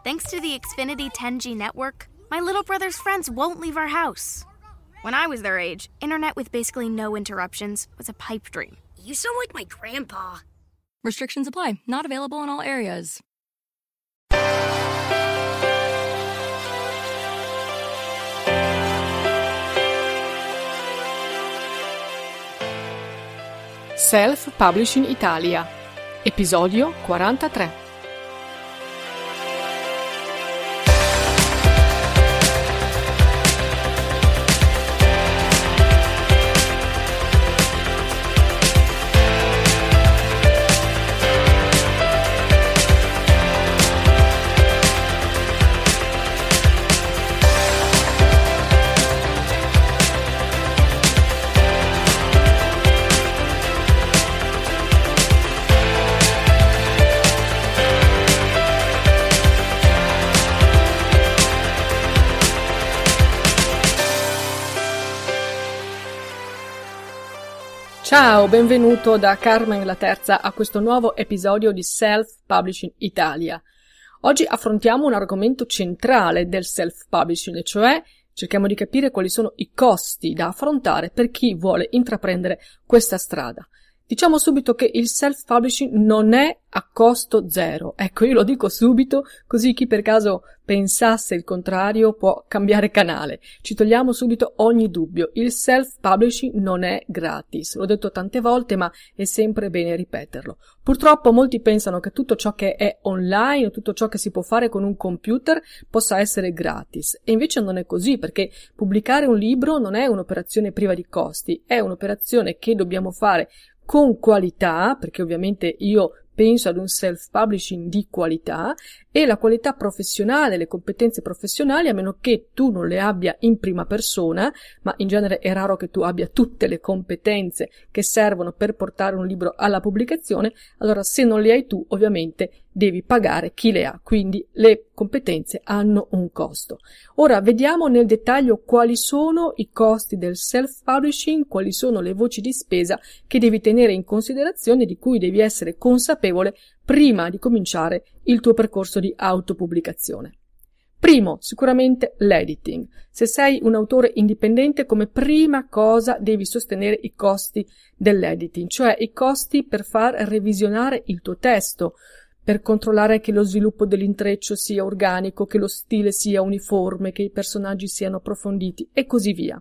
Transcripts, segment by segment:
Thanks to the Xfinity 10G network, my little brother's friends won't leave our house. When I was their age, internet with basically no interruptions was a pipe dream. You sound like my grandpa. Restrictions apply. Not available in all areas. Self-Publishing Italia, episodio 43. Ciao, benvenuto da Carmen la Terza a questo nuovo episodio di Self-Publishing Italia. Oggi affrontiamo un argomento centrale del self-publishing, cioè cerchiamo di capire quali sono i costi da affrontare per chi vuole intraprendere questa strada. Diciamo subito che il self-publishing non è a costo zero. Ecco, io lo dico subito, così chi per caso pensasse il contrario può cambiare canale. Ci togliamo subito ogni dubbio. Il self-publishing non è gratis. L'ho detto tante volte, ma è sempre bene ripeterlo. Purtroppo molti pensano che tutto ciò che è online o tutto ciò che si può fare con un computer possa essere gratis. E invece non è così, perché pubblicare un libro non è un'operazione priva di costi, è un'operazione che dobbiamo fare con qualità, perché ovviamente io penso ad un self-publishing di qualità, e la qualità professionale, le competenze professionali, a meno che tu non le abbia in prima persona, ma in genere è raro che tu abbia tutte le competenze che servono per portare un libro alla pubblicazione, allora se non le hai tu ovviamente devi pagare chi le ha, quindi le competenze hanno un costo. Ora vediamo nel dettaglio quali sono i costi del self-publishing, quali sono le voci di spesa che devi tenere in considerazione, di cui devi essere consapevole prima di cominciare il tuo percorso di autopubblicazione. Primo, sicuramente l'editing. Se sei un autore indipendente, come prima cosa devi sostenere i costi dell'editing, cioè i costi per far revisionare il tuo testo, per controllare che lo sviluppo dell'intreccio sia organico, che lo stile sia uniforme, che i personaggi siano approfonditi e così via.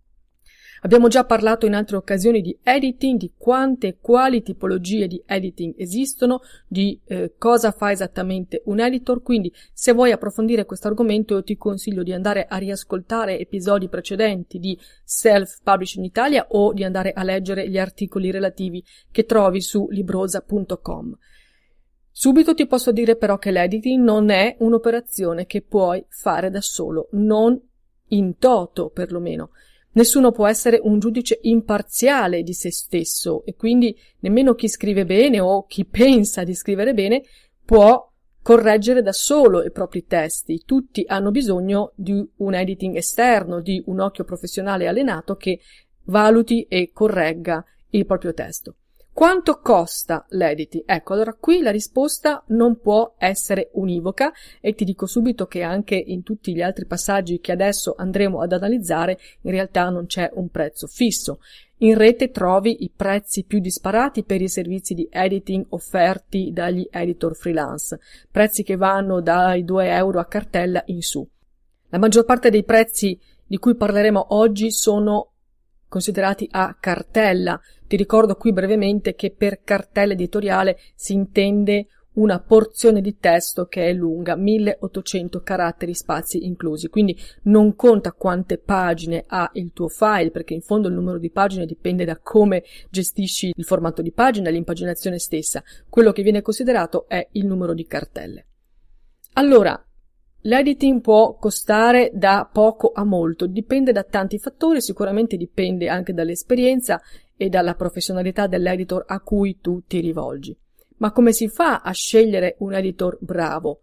Abbiamo già parlato in altre occasioni di editing, di quante e quali tipologie di editing esistono, di cosa fa esattamente un editor, quindi se vuoi approfondire questo argomento io ti consiglio di andare a riascoltare episodi precedenti di Self-Publishing Italia o di andare a leggere gli articoli relativi che trovi su librosa.com. Subito ti posso dire però che l'editing non è un'operazione che puoi fare da solo, non in toto perlomeno. Nessuno può essere un giudice imparziale di se stesso e quindi nemmeno chi scrive bene o chi pensa di scrivere bene può correggere da solo i propri testi. Tutti hanno bisogno di un editing esterno, di un occhio professionale allenato che valuti e corregga il proprio testo. Quanto costa l'editing? Ecco, allora qui la risposta non può essere univoca e ti dico subito che anche in tutti gli altri passaggi che adesso andremo ad analizzare in realtà non c'è un prezzo fisso. In rete trovi i prezzi più disparati per i servizi di editing offerti dagli editor freelance, prezzi che vanno dai 2 euro a cartella in su. La maggior parte dei prezzi di cui parleremo oggi sono considerati a cartella. Ti ricordo qui brevemente che per cartella editoriale si intende una porzione di testo che è lunga, 1800 caratteri spazi inclusi, quindi non conta quante pagine ha il tuo file, perché in fondo il numero di pagine dipende da come gestisci il formato di pagina, l'impaginazione stessa. Quello che viene considerato è il numero di cartelle. Allora, l'editing può costare da poco a molto, dipende da tanti fattori, sicuramente dipende anche dall'esperienza e dalla professionalità dell'editor a cui tu ti rivolgi. Ma come si fa a scegliere un editor bravo?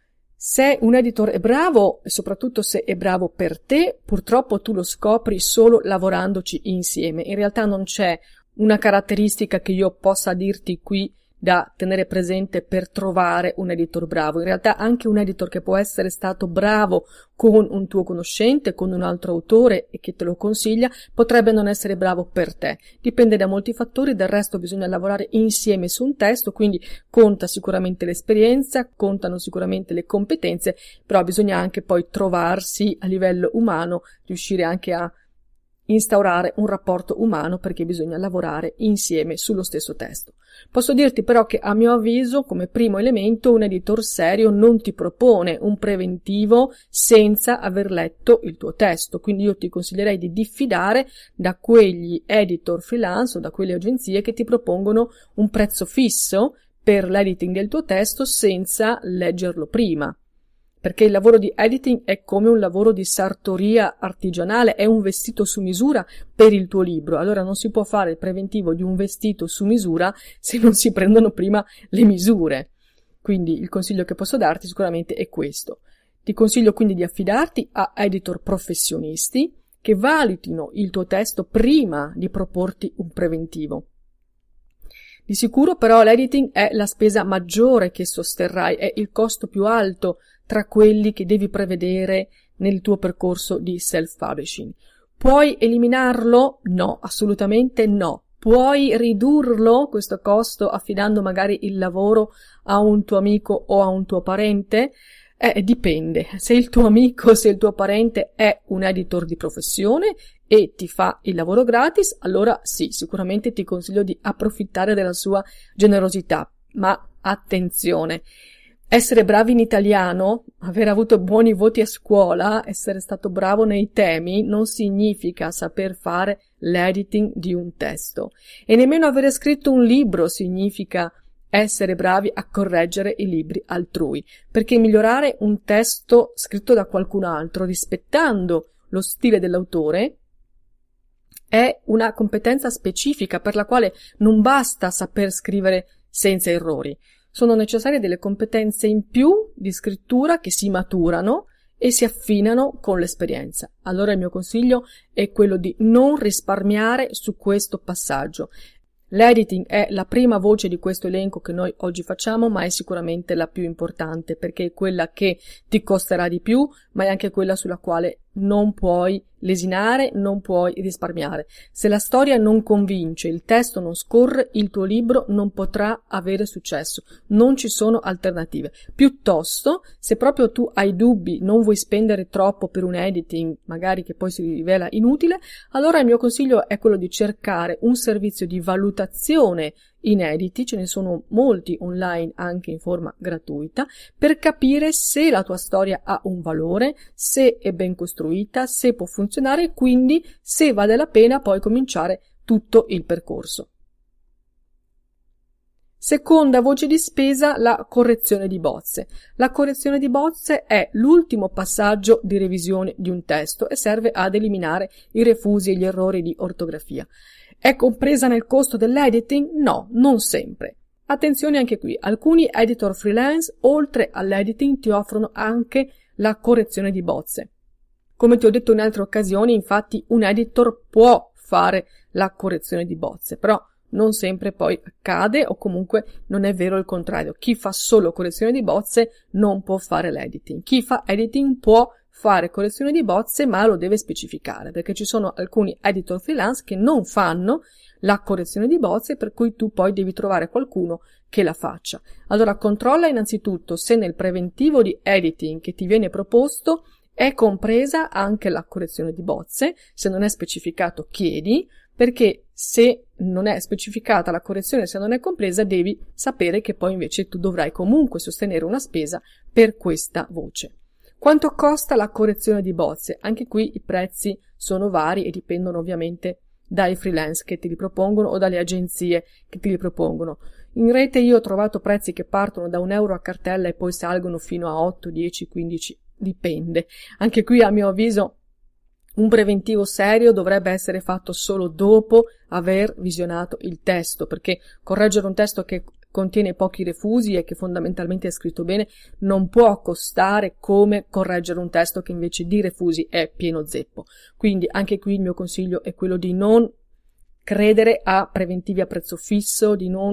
Se un editor è bravo, e soprattutto se è bravo per te, purtroppo tu lo scopri solo lavorandoci insieme. In realtà non c'è una caratteristica che io possa dirti qui da tenere presente per trovare un editor bravo. In realtà anche un editor che può essere stato bravo con un tuo conoscente, con un altro autore e che te lo consiglia, potrebbe non essere bravo per te. Dipende da molti fattori, del resto bisogna lavorare insieme su un testo, quindi conta sicuramente l'esperienza, contano sicuramente le competenze, però bisogna anche poi trovarsi a livello umano, riuscire anche a instaurare un rapporto umano, perché bisogna lavorare insieme sullo stesso testo. Posso dirti però che a mio avviso, come primo elemento, un editor serio non ti propone un preventivo senza aver letto il tuo testo, quindi io ti consiglierei di diffidare da quegli editor freelance o da quelle agenzie che ti propongono un prezzo fisso per l'editing del tuo testo senza leggerlo prima. Perché il lavoro di editing è come un lavoro di sartoria artigianale, è un vestito su misura per il tuo libro. Allora non si può fare il preventivo di un vestito su misura se non si prendono prima le misure. Quindi il consiglio che posso darti sicuramente è questo. Ti consiglio quindi di affidarti a editor professionisti che valutino il tuo testo prima di proporti un preventivo. Di sicuro però l'editing è la spesa maggiore che sosterrai, è il costo più alto tra quelli che devi prevedere nel tuo percorso di self-publishing. Puoi eliminarlo? No, assolutamente no. Puoi ridurlo, questo costo, affidando magari il lavoro a un tuo amico o a un tuo parente? Dipende. Se il tuo amico, se il tuo parente è un editor di professione e ti fa il lavoro gratis, allora sì, sicuramente ti consiglio di approfittare della sua generosità. Ma attenzione! Essere bravi in italiano, aver avuto buoni voti a scuola, essere stato bravo nei temi, non significa saper fare l'editing di un testo. E nemmeno avere scritto un libro significa essere bravi a correggere i libri altrui. Perché migliorare un testo scritto da qualcun altro, rispettando lo stile dell'autore, è una competenza specifica per la quale non basta saper scrivere senza errori. Sono necessarie delle competenze in più di scrittura che si maturano e si affinano con l'esperienza. Allora il mio consiglio è quello di non risparmiare su questo passaggio. L'editing è la prima voce di questo elenco che noi oggi facciamo, ma è sicuramente la più importante perché è quella che ti costerà di più, ma è anche quella sulla quale non puoi lesinare, non puoi risparmiare. Se la storia non convince, il testo non scorre, il tuo libro non potrà avere successo. Non ci sono alternative. Piuttosto, se proprio tu hai dubbi, non vuoi spendere troppo per un editing, magari che poi si rivela inutile, allora il mio consiglio è quello di cercare un servizio di valutazione inediti, ce ne sono molti online anche in forma gratuita, per capire se la tua storia ha un valore, se è ben costruita, se può funzionare e quindi se vale la pena poi cominciare tutto il percorso. Seconda voce di spesa, la correzione di bozze. La correzione di bozze è l'ultimo passaggio di revisione di un testo e serve ad eliminare i refusi e gli errori di ortografia. È compresa nel costo dell'editing? No, non sempre. Attenzione anche qui, alcuni editor freelance oltre all'editing ti offrono anche la correzione di bozze. Come ti ho detto in altre occasioni, infatti un editor può fare la correzione di bozze, però non sempre poi accade o comunque non è vero il contrario. Chi fa solo correzione di bozze non può fare l'editing. Chi fa editing può fare correzione di bozze, ma lo deve specificare, perché ci sono alcuni editor freelance che non fanno la correzione di bozze, per cui tu poi devi trovare qualcuno che la faccia. Allora controlla innanzitutto se nel preventivo di editing che ti viene proposto è compresa anche la correzione di bozze. Se non è specificato chiedi, perché se non è specificata la correzione, se non è compresa, devi sapere che poi invece tu dovrai comunque sostenere una spesa per questa voce. Quanto costa la correzione di bozze? Anche qui i prezzi sono vari e dipendono ovviamente dai freelance che ti li propongono o dalle agenzie che ti li propongono. In rete io ho trovato prezzi che partono da €1 a cartella e poi salgono fino a 8, 10, 15, dipende. Anche qui a mio avviso un preventivo serio dovrebbe essere fatto solo dopo aver visionato il testo, perché correggere un testo che contiene pochi refusi e che fondamentalmente è scritto bene non può costare come correggere un testo che invece di refusi è pieno zeppo. Quindi anche qui il mio consiglio è quello di non credere a preventivi a prezzo fisso, di non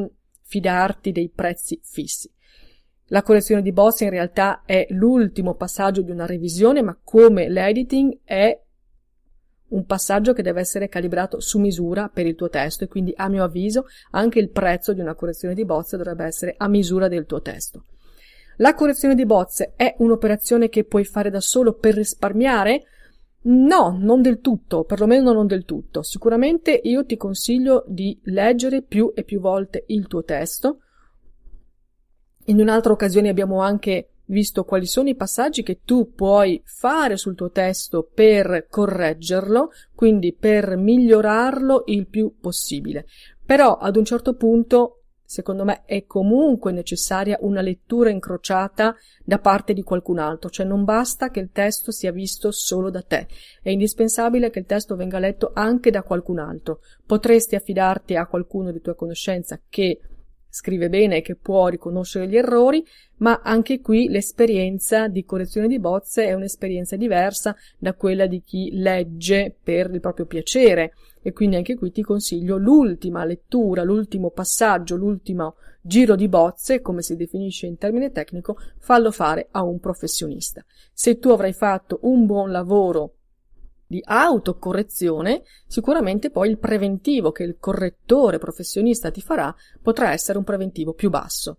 fidarti dei prezzi fissi. La correzione di bozze in realtà è l'ultimo passaggio di una revisione, ma come l'editing è un passaggio che deve essere calibrato su misura per il tuo testo e quindi, a mio avviso, anche il prezzo di una correzione di bozze dovrebbe essere a misura del tuo testo. La correzione di bozze è un'operazione che puoi fare da solo per risparmiare? No, non del tutto, perlomeno non del tutto. Sicuramente io ti consiglio di leggere più e più volte il tuo testo. In un'altra occasione abbiamo anche visto quali sono i passaggi che tu puoi fare sul tuo testo per correggerlo, quindi per migliorarlo il più possibile. Però ad un certo punto, secondo me, è comunque necessaria una lettura incrociata da parte di qualcun altro, cioè non basta che il testo sia visto solo da te, è indispensabile che il testo venga letto anche da qualcun altro. Potresti affidarti a qualcuno di tua conoscenza che scrive bene e che può riconoscere gli errori, ma anche qui l'esperienza di correzione di bozze è un'esperienza diversa da quella di chi legge per il proprio piacere, e quindi anche qui ti consiglio l'ultima lettura, l'ultimo passaggio, l'ultimo giro di bozze, come si definisce in termine tecnico, fallo fare a un professionista. Se tu avrai fatto un buon lavoro di autocorrezione, sicuramente poi il preventivo che il correttore professionista ti farà potrà essere un preventivo più basso.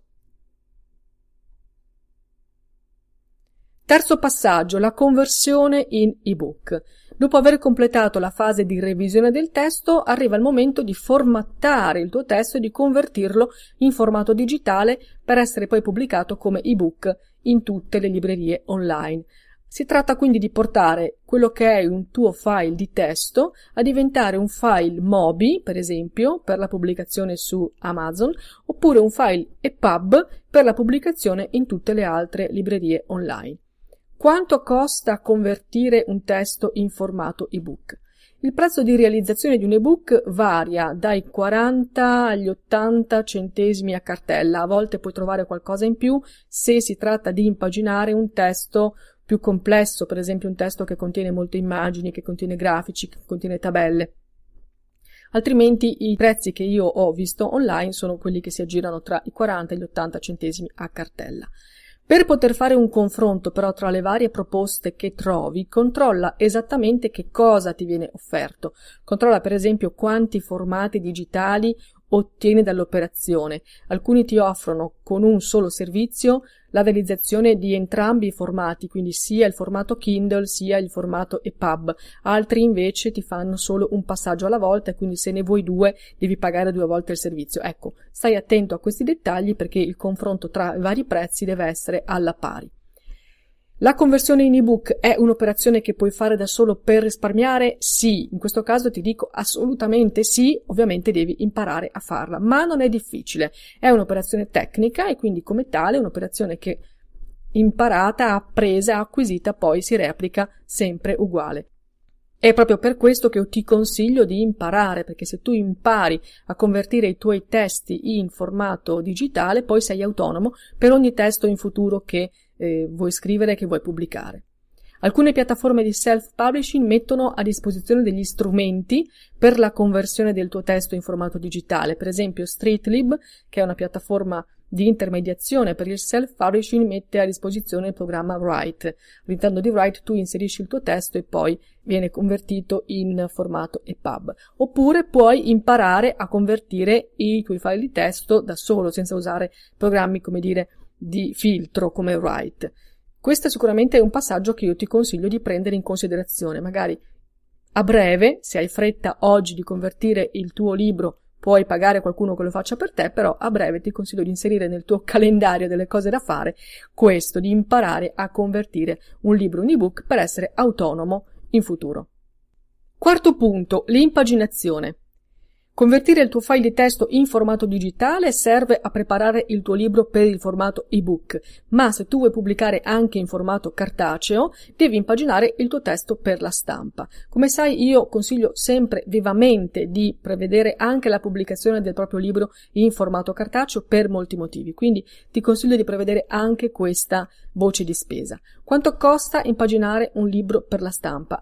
Terzo passaggio, la conversione in ebook. Dopo aver completato la fase di revisione del testo, arriva il momento di formattare il tuo testo e di convertirlo in formato digitale per essere poi pubblicato come ebook in tutte le librerie online. Si tratta quindi di portare quello che è un tuo file di testo a diventare un file MOBI, per esempio, per la pubblicazione su Amazon, oppure un file EPUB per la pubblicazione in tutte le altre librerie online. Quanto costa convertire un testo in formato ebook? Il prezzo di realizzazione di un ebook varia dai 40 agli 80 centesimi a cartella. A volte puoi trovare qualcosa in più se si tratta di impaginare un testo più complesso, per esempio un testo che contiene molte immagini, che contiene grafici, che contiene tabelle. Altrimenti i prezzi che io ho visto online sono quelli che si aggirano tra i 40 e gli 80 centesimi a cartella. Per poter fare un confronto però tra le varie proposte che trovi, controlla esattamente che cosa ti viene offerto. Controlla per esempio quanti formati digitali ottieni dall'operazione. Alcuni ti offrono con un solo servizio la realizzazione di entrambi i formati, quindi sia il formato Kindle sia il formato EPUB. Altri invece ti fanno solo un passaggio alla volta e quindi se ne vuoi due devi pagare 2 volte il servizio. Ecco, stai attento a questi dettagli perché il confronto tra i vari prezzi deve essere alla pari. La conversione in ebook è un'operazione che puoi fare da solo per risparmiare? Sì, in questo caso ti dico assolutamente sì, ovviamente devi imparare a farla, ma non è difficile, è un'operazione tecnica e quindi come tale è un'operazione che imparata, appresa, acquisita poi si replica sempre uguale. È proprio per questo che io ti consiglio di imparare, perché se tu impari a convertire i tuoi testi in formato digitale, poi sei autonomo per ogni testo in futuro che vuoi scrivere, che vuoi pubblicare. Alcune piattaforme di self-publishing mettono a disposizione degli strumenti per la conversione del tuo testo in formato digitale. Per esempio Streetlib, che è una piattaforma di intermediazione per il self-publishing, mette a disposizione il programma Write. All'interno di Write tu inserisci il tuo testo e poi viene convertito in formato EPUB. Oppure puoi imparare a convertire i tuoi file di testo da solo, senza usare programmi, come dire, di filtro come Write. Questo sicuramente è un passaggio che io ti consiglio di prendere in considerazione. Magari a breve, se hai fretta oggi di convertire il tuo libro, puoi pagare qualcuno che lo faccia per te, però a breve ti consiglio di inserire nel tuo calendario delle cose da fare questo, di imparare a convertire un libro in ebook per essere autonomo in futuro. Quarto punto, l'impaginazione. Convertire il tuo file di testo in formato digitale serve a preparare il tuo libro per il formato ebook, ma se tu vuoi pubblicare anche in formato cartaceo, devi impaginare il tuo testo per la stampa. Come sai, io consiglio sempre vivamente di prevedere anche la pubblicazione del proprio libro in formato cartaceo per molti motivi, quindi ti consiglio di prevedere anche questa voce di spesa. Quanto costa impaginare un libro per la stampa?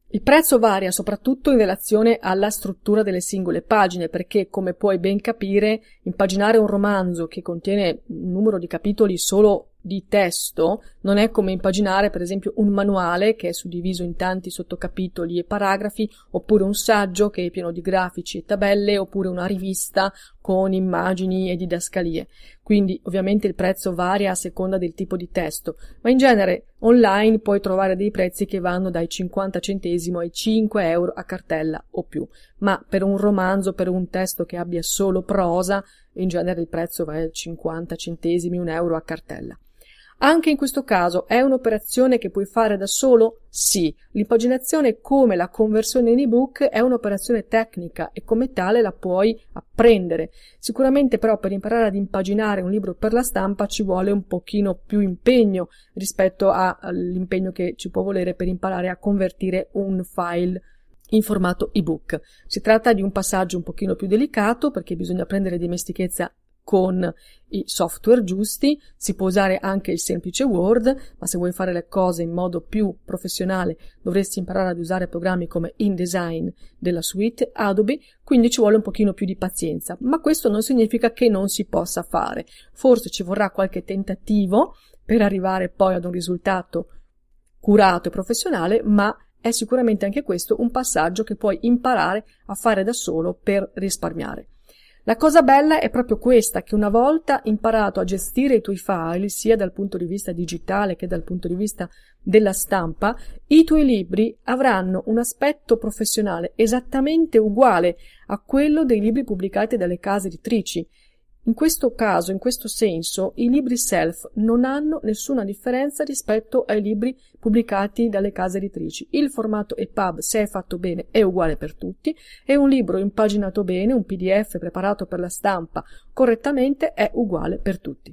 Il prezzo varia soprattutto in relazione alla struttura delle singole pagine, perché, come puoi ben capire, impaginare un romanzo che contiene un numero di capitoli solo di testo non è come impaginare, per esempio, un manuale che è suddiviso in tanti sottocapitoli e paragrafi, oppure un saggio che è pieno di grafici e tabelle, oppure una rivista con immagini e didascalie. Quindi, ovviamente, il prezzo varia a seconda del tipo di testo, ma in genere online puoi trovare dei prezzi che vanno dai 50 centesimi ai 5 euro a cartella o più, ma per un romanzo, per un testo che abbia solo prosa, in genere il prezzo va a 50 centesimi, 1 euro a cartella. Anche in questo caso è un'operazione che puoi fare da solo? Sì. L'impaginazione, come la conversione in ebook, è un'operazione tecnica e come tale la puoi apprendere. Sicuramente però per imparare ad impaginare un libro per la stampa ci vuole un pochino più impegno rispetto all'impegno che ci può volere per imparare a convertire un file in formato ebook. Si tratta di un passaggio un pochino più delicato perché bisogna prendere dimestichezza con i software giusti. Si può usare anche il semplice Word, ma se vuoi fare le cose in modo più professionale dovresti imparare ad usare programmi come InDesign della suite Adobe, quindi ci vuole un pochino più di pazienza, ma questo non significa che non si possa fare. Forse ci vorrà qualche tentativo per arrivare poi ad un risultato curato e professionale, ma è sicuramente anche questo un passaggio che puoi imparare a fare da solo per risparmiare. La cosa bella è proprio questa, che una volta imparato a gestire i tuoi file, sia dal punto di vista digitale che dal punto di vista della stampa, i tuoi libri avranno un aspetto professionale esattamente uguale a quello dei libri pubblicati dalle case editrici. In questo caso, in questo senso, i libri self non hanno nessuna differenza rispetto ai libri pubblicati dalle case editrici. Il formato EPUB, se è fatto bene, è uguale per tutti e un libro impaginato bene, un PDF preparato per la stampa correttamente, è uguale per tutti.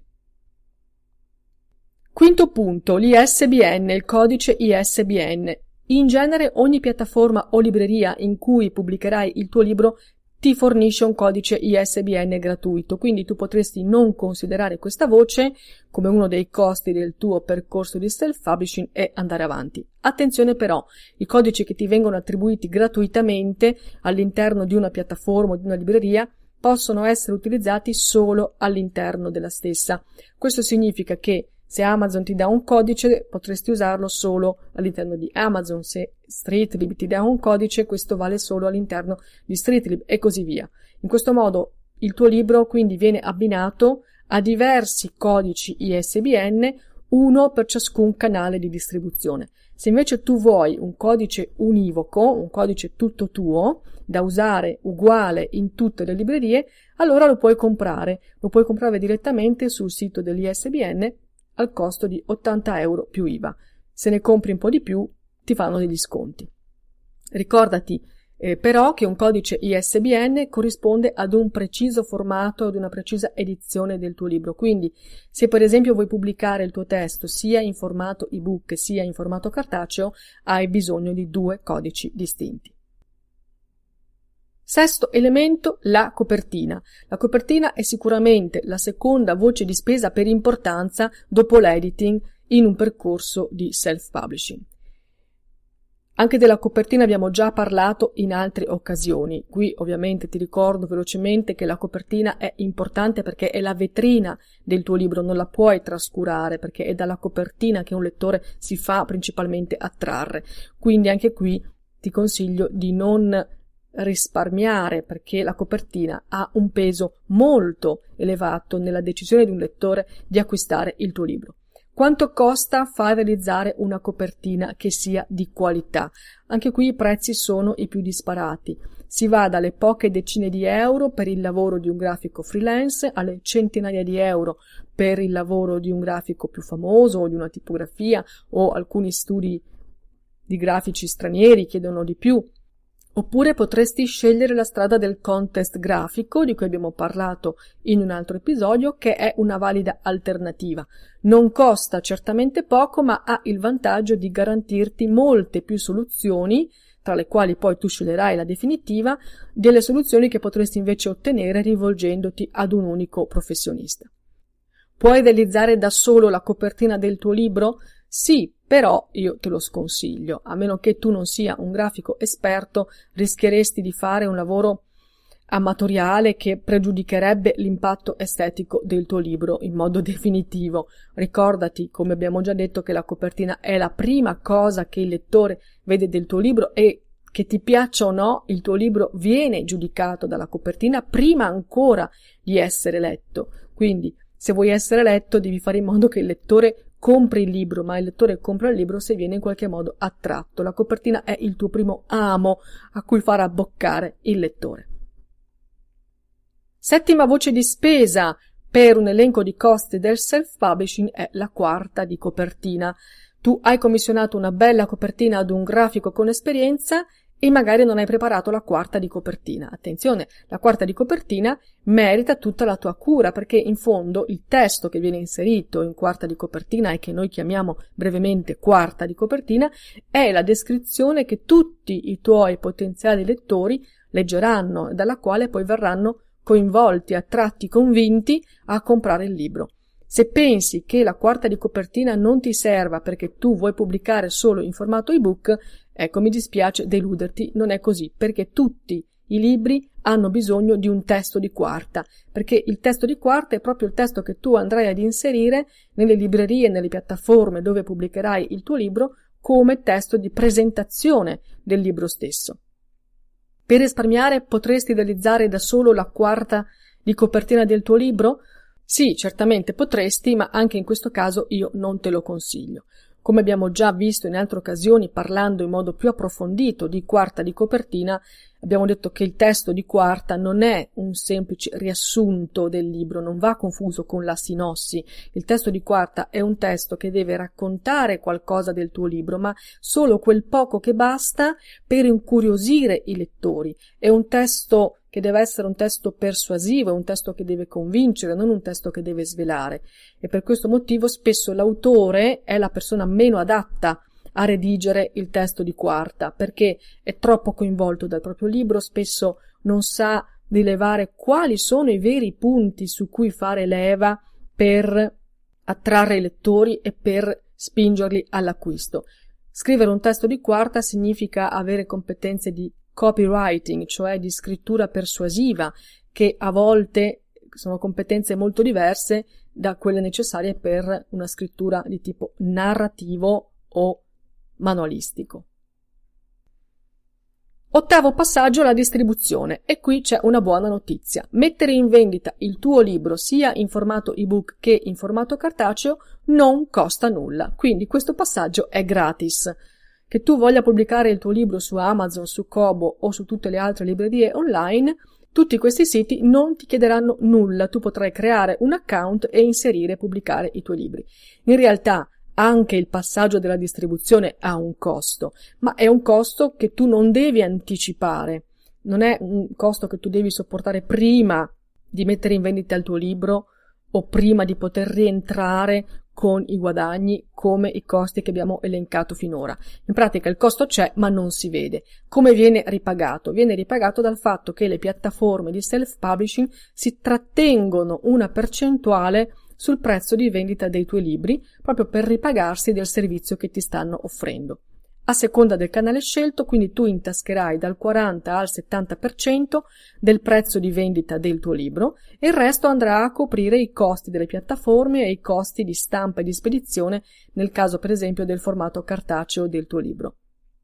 Quinto punto, l'ISBN, il codice ISBN. In genere ogni piattaforma o libreria in cui pubblicherai il tuo libro ti fornisce un codice ISBN gratuito, quindi tu potresti non considerare questa voce come uno dei costi del tuo percorso di self-publishing e andare avanti. Attenzione però, i codici che ti vengono attribuiti gratuitamente all'interno di una piattaforma o di una libreria possono essere utilizzati solo all'interno della stessa. Questo significa che se Amazon ti dà un codice, potresti usarlo solo all'interno di Amazon. Se Streetlib ti dà un codice, questo vale solo all'interno di Streetlib e così via. In questo modo il tuo libro quindi viene abbinato a diversi codici ISBN, uno per ciascun canale di distribuzione. Se invece tu vuoi un codice univoco, un codice tutto tuo, da usare uguale in tutte le librerie, allora lo puoi comprare direttamente sul sito dell'ISBN al costo di 80 euro più IVA. Se ne compri un po' di più ti fanno degli sconti. Ricordati però che un codice ISBN corrisponde ad un preciso formato, ad una precisa edizione del tuo libro. Quindi se per esempio vuoi pubblicare il tuo testo sia in formato ebook sia in formato cartaceo, hai bisogno di 2 codici distinti. Sesto elemento, la copertina. La copertina è sicuramente la seconda voce di spesa per importanza dopo l'editing in un percorso di self-publishing. Anche della copertina abbiamo già parlato in altre occasioni. Qui ovviamente ti ricordo velocemente che la copertina è importante perché è la vetrina del tuo libro, non la puoi trascurare perché è dalla copertina che un lettore si fa principalmente attrarre. Quindi anche qui ti consiglio di non risparmiare perché la copertina ha un peso molto elevato nella decisione di un lettore di acquistare il tuo libro. Quanto costa far realizzare una copertina che sia di qualità? Anche qui i prezzi sono i più disparati. Si va dalle poche decine di euro per il lavoro di un grafico freelance alle centinaia di euro per il lavoro di un grafico più famoso o di una tipografia, o alcuni studi di grafici stranieri chiedono di più. Oppure potresti scegliere la strada del contest grafico, di cui abbiamo parlato in un altro episodio, che è una valida alternativa. Non costa certamente poco, ma ha il vantaggio di garantirti molte più soluzioni, tra le quali poi tu sceglierai la definitiva, delle soluzioni che potresti invece ottenere rivolgendoti ad un unico professionista. Puoi realizzare da solo la copertina del tuo libro? Sì, però io te lo sconsiglio, a meno che tu non sia un grafico esperto, rischieresti di fare un lavoro amatoriale che pregiudicherebbe l'impatto estetico del tuo libro in modo definitivo. Ricordati, come abbiamo già detto, che la copertina è la prima cosa che il lettore vede del tuo libro e che ti piaccia o no, il tuo libro viene giudicato dalla copertina prima ancora di essere letto. Quindi, se vuoi essere letto, devi fare in modo che il lettore compri il libro, ma il lettore compra il libro se viene in qualche modo attratto. La copertina è il tuo primo amo a cui far abboccare il lettore. Settima voce di spesa per un elenco di costi del self-publishing è la quarta di copertina. Tu hai commissionato una bella copertina ad un grafico con esperienza e magari non hai preparato la quarta di copertina. Attenzione, la quarta di copertina merita tutta la tua cura, perché in fondo il testo che viene inserito in quarta di copertina e che noi chiamiamo brevemente quarta di copertina è la descrizione che tutti i tuoi potenziali lettori leggeranno e dalla quale poi verranno coinvolti, attratti, convinti a comprare il libro. Se pensi che la quarta di copertina non ti serva perché tu vuoi pubblicare solo in formato ebook, ecco, mi dispiace deluderti, non è così, perché tutti i libri hanno bisogno di un testo di quarta, perché il testo di quarta è proprio il testo che tu andrai ad inserire nelle librerie, nelle piattaforme dove pubblicherai il tuo libro come testo di presentazione del libro stesso. Per risparmiare potresti realizzare da solo la quarta di copertina del tuo libro? Sì, certamente potresti, ma anche in questo caso io non te lo consiglio. Come abbiamo già visto in altre occasioni, parlando in modo più approfondito di quarta di copertina, abbiamo detto che il testo di quarta non è un semplice riassunto del libro, non va confuso con la sinossi. Il testo di quarta è un testo che deve raccontare qualcosa del tuo libro, ma solo quel poco che basta per incuriosire i lettori. È un testo che deve essere un testo persuasivo, è un testo che deve convincere, non un testo che deve svelare. E per questo motivo spesso l'autore è la persona meno adatta a redigere il testo di quarta, perché è troppo coinvolto dal proprio libro, spesso non sa rilevare quali sono i veri punti su cui fare leva per attrarre i lettori e per spingerli all'acquisto. Scrivere un testo di quarta significa avere competenze di copywriting, cioè di scrittura persuasiva, che a volte sono competenze molto diverse da quelle necessarie per una scrittura di tipo narrativo o manualistico. Ottavo passaggio, la distribuzione, e qui c'è una buona notizia. Mettere in vendita il tuo libro sia in formato ebook che in formato cartaceo non costa nulla, quindi questo passaggio è gratis. Che tu voglia pubblicare il tuo libro su Amazon, su Kobo o su tutte le altre librerie online, tutti questi siti non ti chiederanno nulla, tu potrai creare un account e inserire e pubblicare i tuoi libri. In realtà anche il passaggio della distribuzione ha un costo, ma è un costo che tu non devi anticipare, non è un costo che tu devi sopportare prima di mettere in vendita il tuo libro o prima di poter rientrare con i guadagni come i costi che abbiamo elencato finora. In pratica il costo c'è ma non si vede. Come viene ripagato? Viene ripagato dal fatto che le piattaforme di self-publishing si trattengono una percentuale sul prezzo di vendita dei tuoi libri proprio per ripagarsi del servizio che ti stanno offrendo. A seconda del canale scelto, quindi tu intascherai dal 40 al 70% del prezzo di vendita del tuo libro e il resto andrà a coprire i costi delle piattaforme e i costi di stampa e di spedizione nel caso per esempio del formato cartaceo del tuo libro.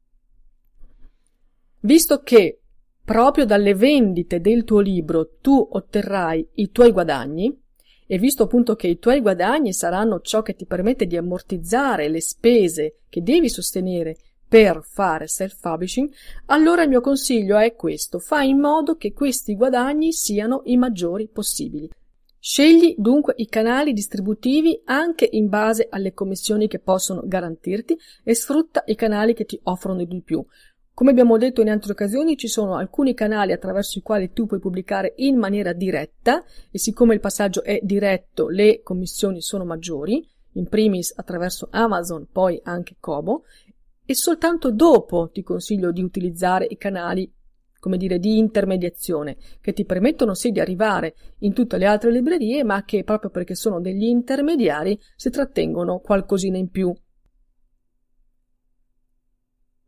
Visto che proprio dalle vendite del tuo libro tu otterrai i tuoi guadagni e visto appunto che i tuoi guadagni saranno ciò che ti permette di ammortizzare le spese che devi sostenere per fare self-publishing, allora il mio consiglio è questo: fai in modo che questi guadagni siano i maggiori possibili. Scegli dunque i canali distributivi anche in base alle commissioni che possono garantirti e sfrutta i canali che ti offrono di più. Come abbiamo detto in altre occasioni, ci sono alcuni canali attraverso i quali tu puoi pubblicare in maniera diretta e siccome il passaggio è diretto, le commissioni sono maggiori, in primis attraverso Amazon, poi anche Kobo, e soltanto dopo ti consiglio di utilizzare i canali, come dire, di intermediazione, che ti permettono sì di arrivare in tutte le altre librerie, ma che proprio perché sono degli intermediari si trattengono qualcosina in più.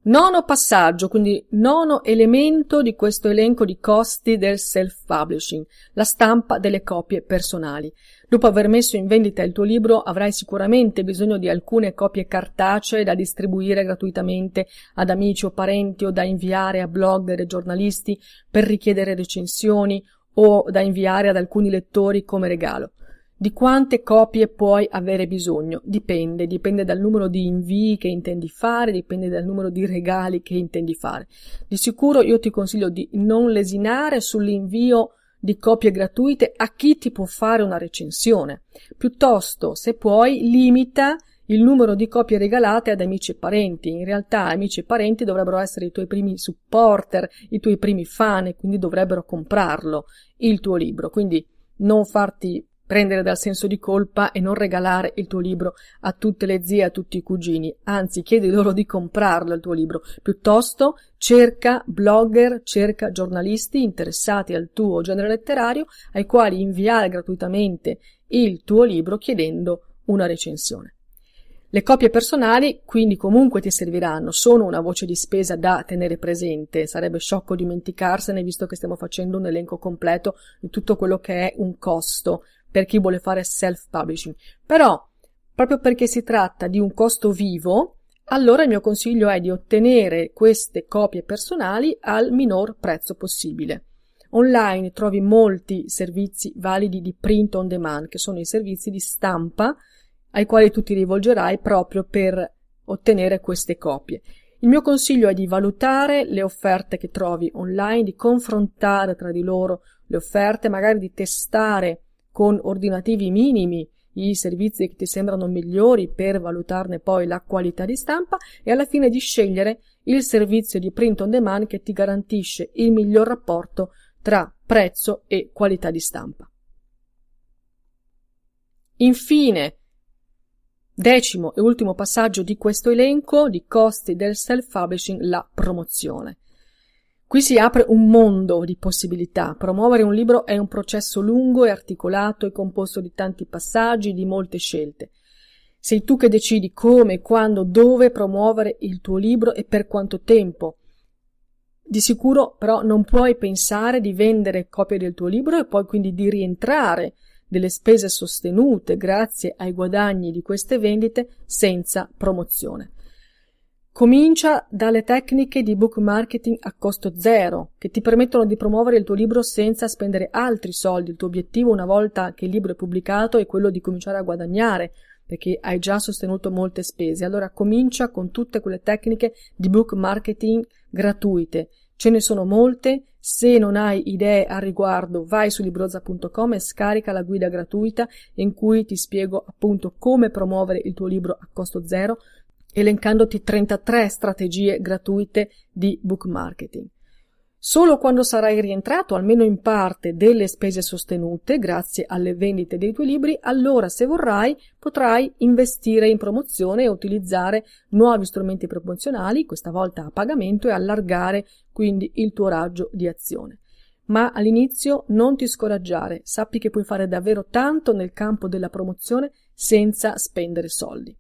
Nono passaggio, quindi nono elemento di questo elenco di costi del self-publishing, la stampa delle copie personali. Dopo aver messo in vendita il tuo libro avrai sicuramente bisogno di alcune copie cartacee da distribuire gratuitamente ad amici o parenti o da inviare a blogger e giornalisti per richiedere recensioni o da inviare ad alcuni lettori come regalo. Di quante copie puoi avere bisogno? Dipende dal numero di invii che intendi fare, dipende dal numero di regali che intendi fare. Di sicuro io ti consiglio di non lesinare sull'invio di copie gratuite a chi ti può fare una recensione. Piuttosto, se puoi, limita il numero di copie regalate ad amici e parenti. In realtà amici e parenti dovrebbero essere i tuoi primi supporter, i tuoi primi fan, e quindi dovrebbero comprarlo, il tuo libro. Quindi non farti prendere dal senso di colpa e non regalare il tuo libro a tutte le zie, a tutti i cugini, anzi chiedi loro di comprarlo il tuo libro, piuttosto cerca blogger, cerca giornalisti interessati al tuo genere letterario ai quali inviare gratuitamente il tuo libro chiedendo una recensione. Le copie personali quindi comunque ti serviranno, sono una voce di spesa da tenere presente, sarebbe sciocco dimenticarsene visto che stiamo facendo un elenco completo di tutto quello che è un costo per chi vuole fare self-publishing. Però, proprio perché si tratta di un costo vivo, allora il mio consiglio è di ottenere queste copie personali al minor prezzo possibile. Online trovi molti servizi validi di print on demand, che sono i servizi di stampa ai quali tu ti rivolgerai proprio per ottenere queste copie. Il mio consiglio è di valutare le offerte che trovi online, di confrontare tra di loro le offerte, magari di testare con ordinativi minimi i servizi che ti sembrano migliori per valutarne poi la qualità di stampa e alla fine di scegliere il servizio di print on demand che ti garantisce il miglior rapporto tra prezzo e qualità di stampa. Infine, decimo e ultimo passaggio di questo elenco di costi del self-publishing, la promozione. Qui si apre un mondo di possibilità. Promuovere un libro è un processo lungo e articolato e composto di tanti passaggi, di molte scelte. Sei tu che decidi come, quando, dove promuovere il tuo libro e per quanto tempo. Di sicuro però non puoi pensare di vendere copie del tuo libro e poi quindi di rientrare delle spese sostenute grazie ai guadagni di queste vendite senza promozione. Comincia dalle tecniche di book marketing a costo zero, che ti permettono di promuovere il tuo libro senza spendere altri soldi. Il tuo obiettivo, una volta che il libro è pubblicato, è quello di cominciare a guadagnare, perché hai già sostenuto molte spese. Allora comincia con tutte quelle tecniche di book marketing gratuite. Ce ne sono molte. Se non hai idee al riguardo, vai su Libroza.com e scarica la guida gratuita in cui ti spiego appunto come promuovere il tuo libro a costo zero, elencandoti 33 strategie gratuite di book marketing. Solo quando sarai rientrato almeno in parte delle spese sostenute grazie alle vendite dei tuoi libri, allora se vorrai potrai investire in promozione e utilizzare nuovi strumenti promozionali, questa volta a pagamento, e allargare quindi il tuo raggio di azione. Ma all'inizio non ti scoraggiare, sappi che puoi fare davvero tanto nel campo della promozione senza spendere soldi.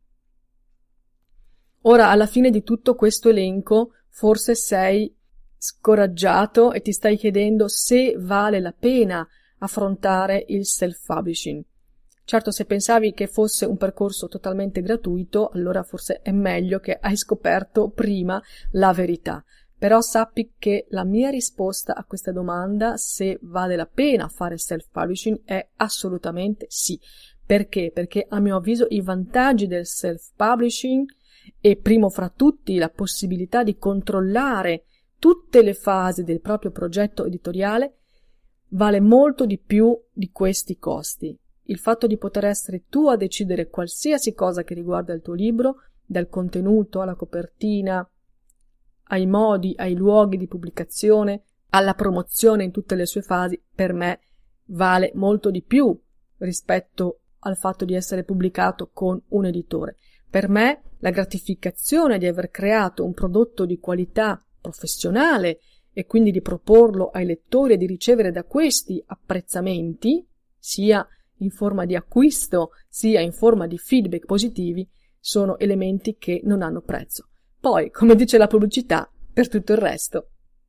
Ora, alla fine di tutto questo elenco, forse sei scoraggiato e ti stai chiedendo se vale la pena affrontare il self-publishing. Certo, se pensavi che fosse un percorso totalmente gratuito, allora forse è meglio che hai scoperto prima la verità. Però sappi che la mia risposta a questa domanda, se vale la pena fare self-publishing, è assolutamente sì. Perché? Perché a mio avviso i vantaggi del self-publishing, e primo fra tutti la possibilità di controllare tutte le fasi del proprio progetto editoriale, vale molto di più di questi costi. Il fatto di poter essere tu a decidere qualsiasi cosa che riguarda il tuo libro, dal contenuto alla copertina, ai modi, ai luoghi di pubblicazione, alla promozione in tutte le sue fasi, per me vale molto di più rispetto al fatto di essere pubblicato con un editore. Per me la gratificazione di aver creato un prodotto di qualità professionale e quindi di proporlo ai lettori e di ricevere da questi apprezzamenti, sia in forma di acquisto sia in forma di feedback positivi, sono elementi che non hanno prezzo. Poi, come dice la pubblicità, per tutto il resto.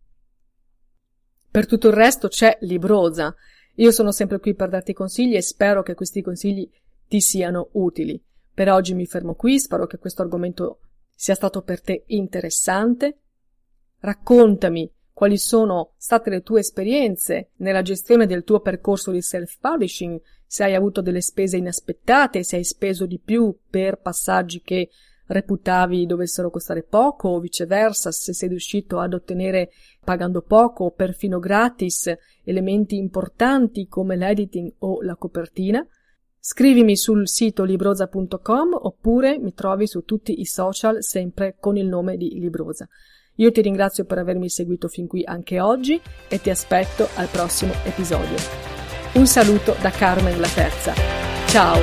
Per tutto il resto c'è Libroza. Io sono sempre qui per darti consigli e spero che questi consigli ti siano utili. Per oggi mi fermo qui, spero che questo argomento sia stato per te interessante. Raccontami quali sono state le tue esperienze nella gestione del tuo percorso di self-publishing, se hai avuto delle spese inaspettate, se hai speso di più per passaggi che reputavi dovessero costare poco o viceversa, se sei riuscito ad ottenere pagando poco o perfino gratis elementi importanti come l'editing o la copertina. Scrivimi sul sito libroza.com oppure mi trovi su tutti i social sempre con il nome di Libroza. Io ti ringrazio per avermi seguito fin qui anche oggi e ti aspetto al prossimo episodio. Un saluto da Carmen la Terza. Ciao!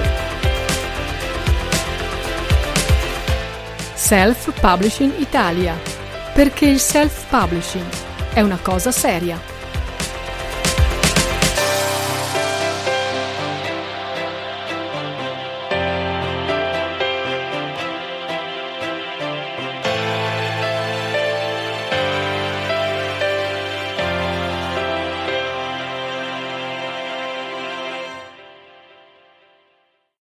Self Publishing Italia. Perché il self publishing è una cosa seria.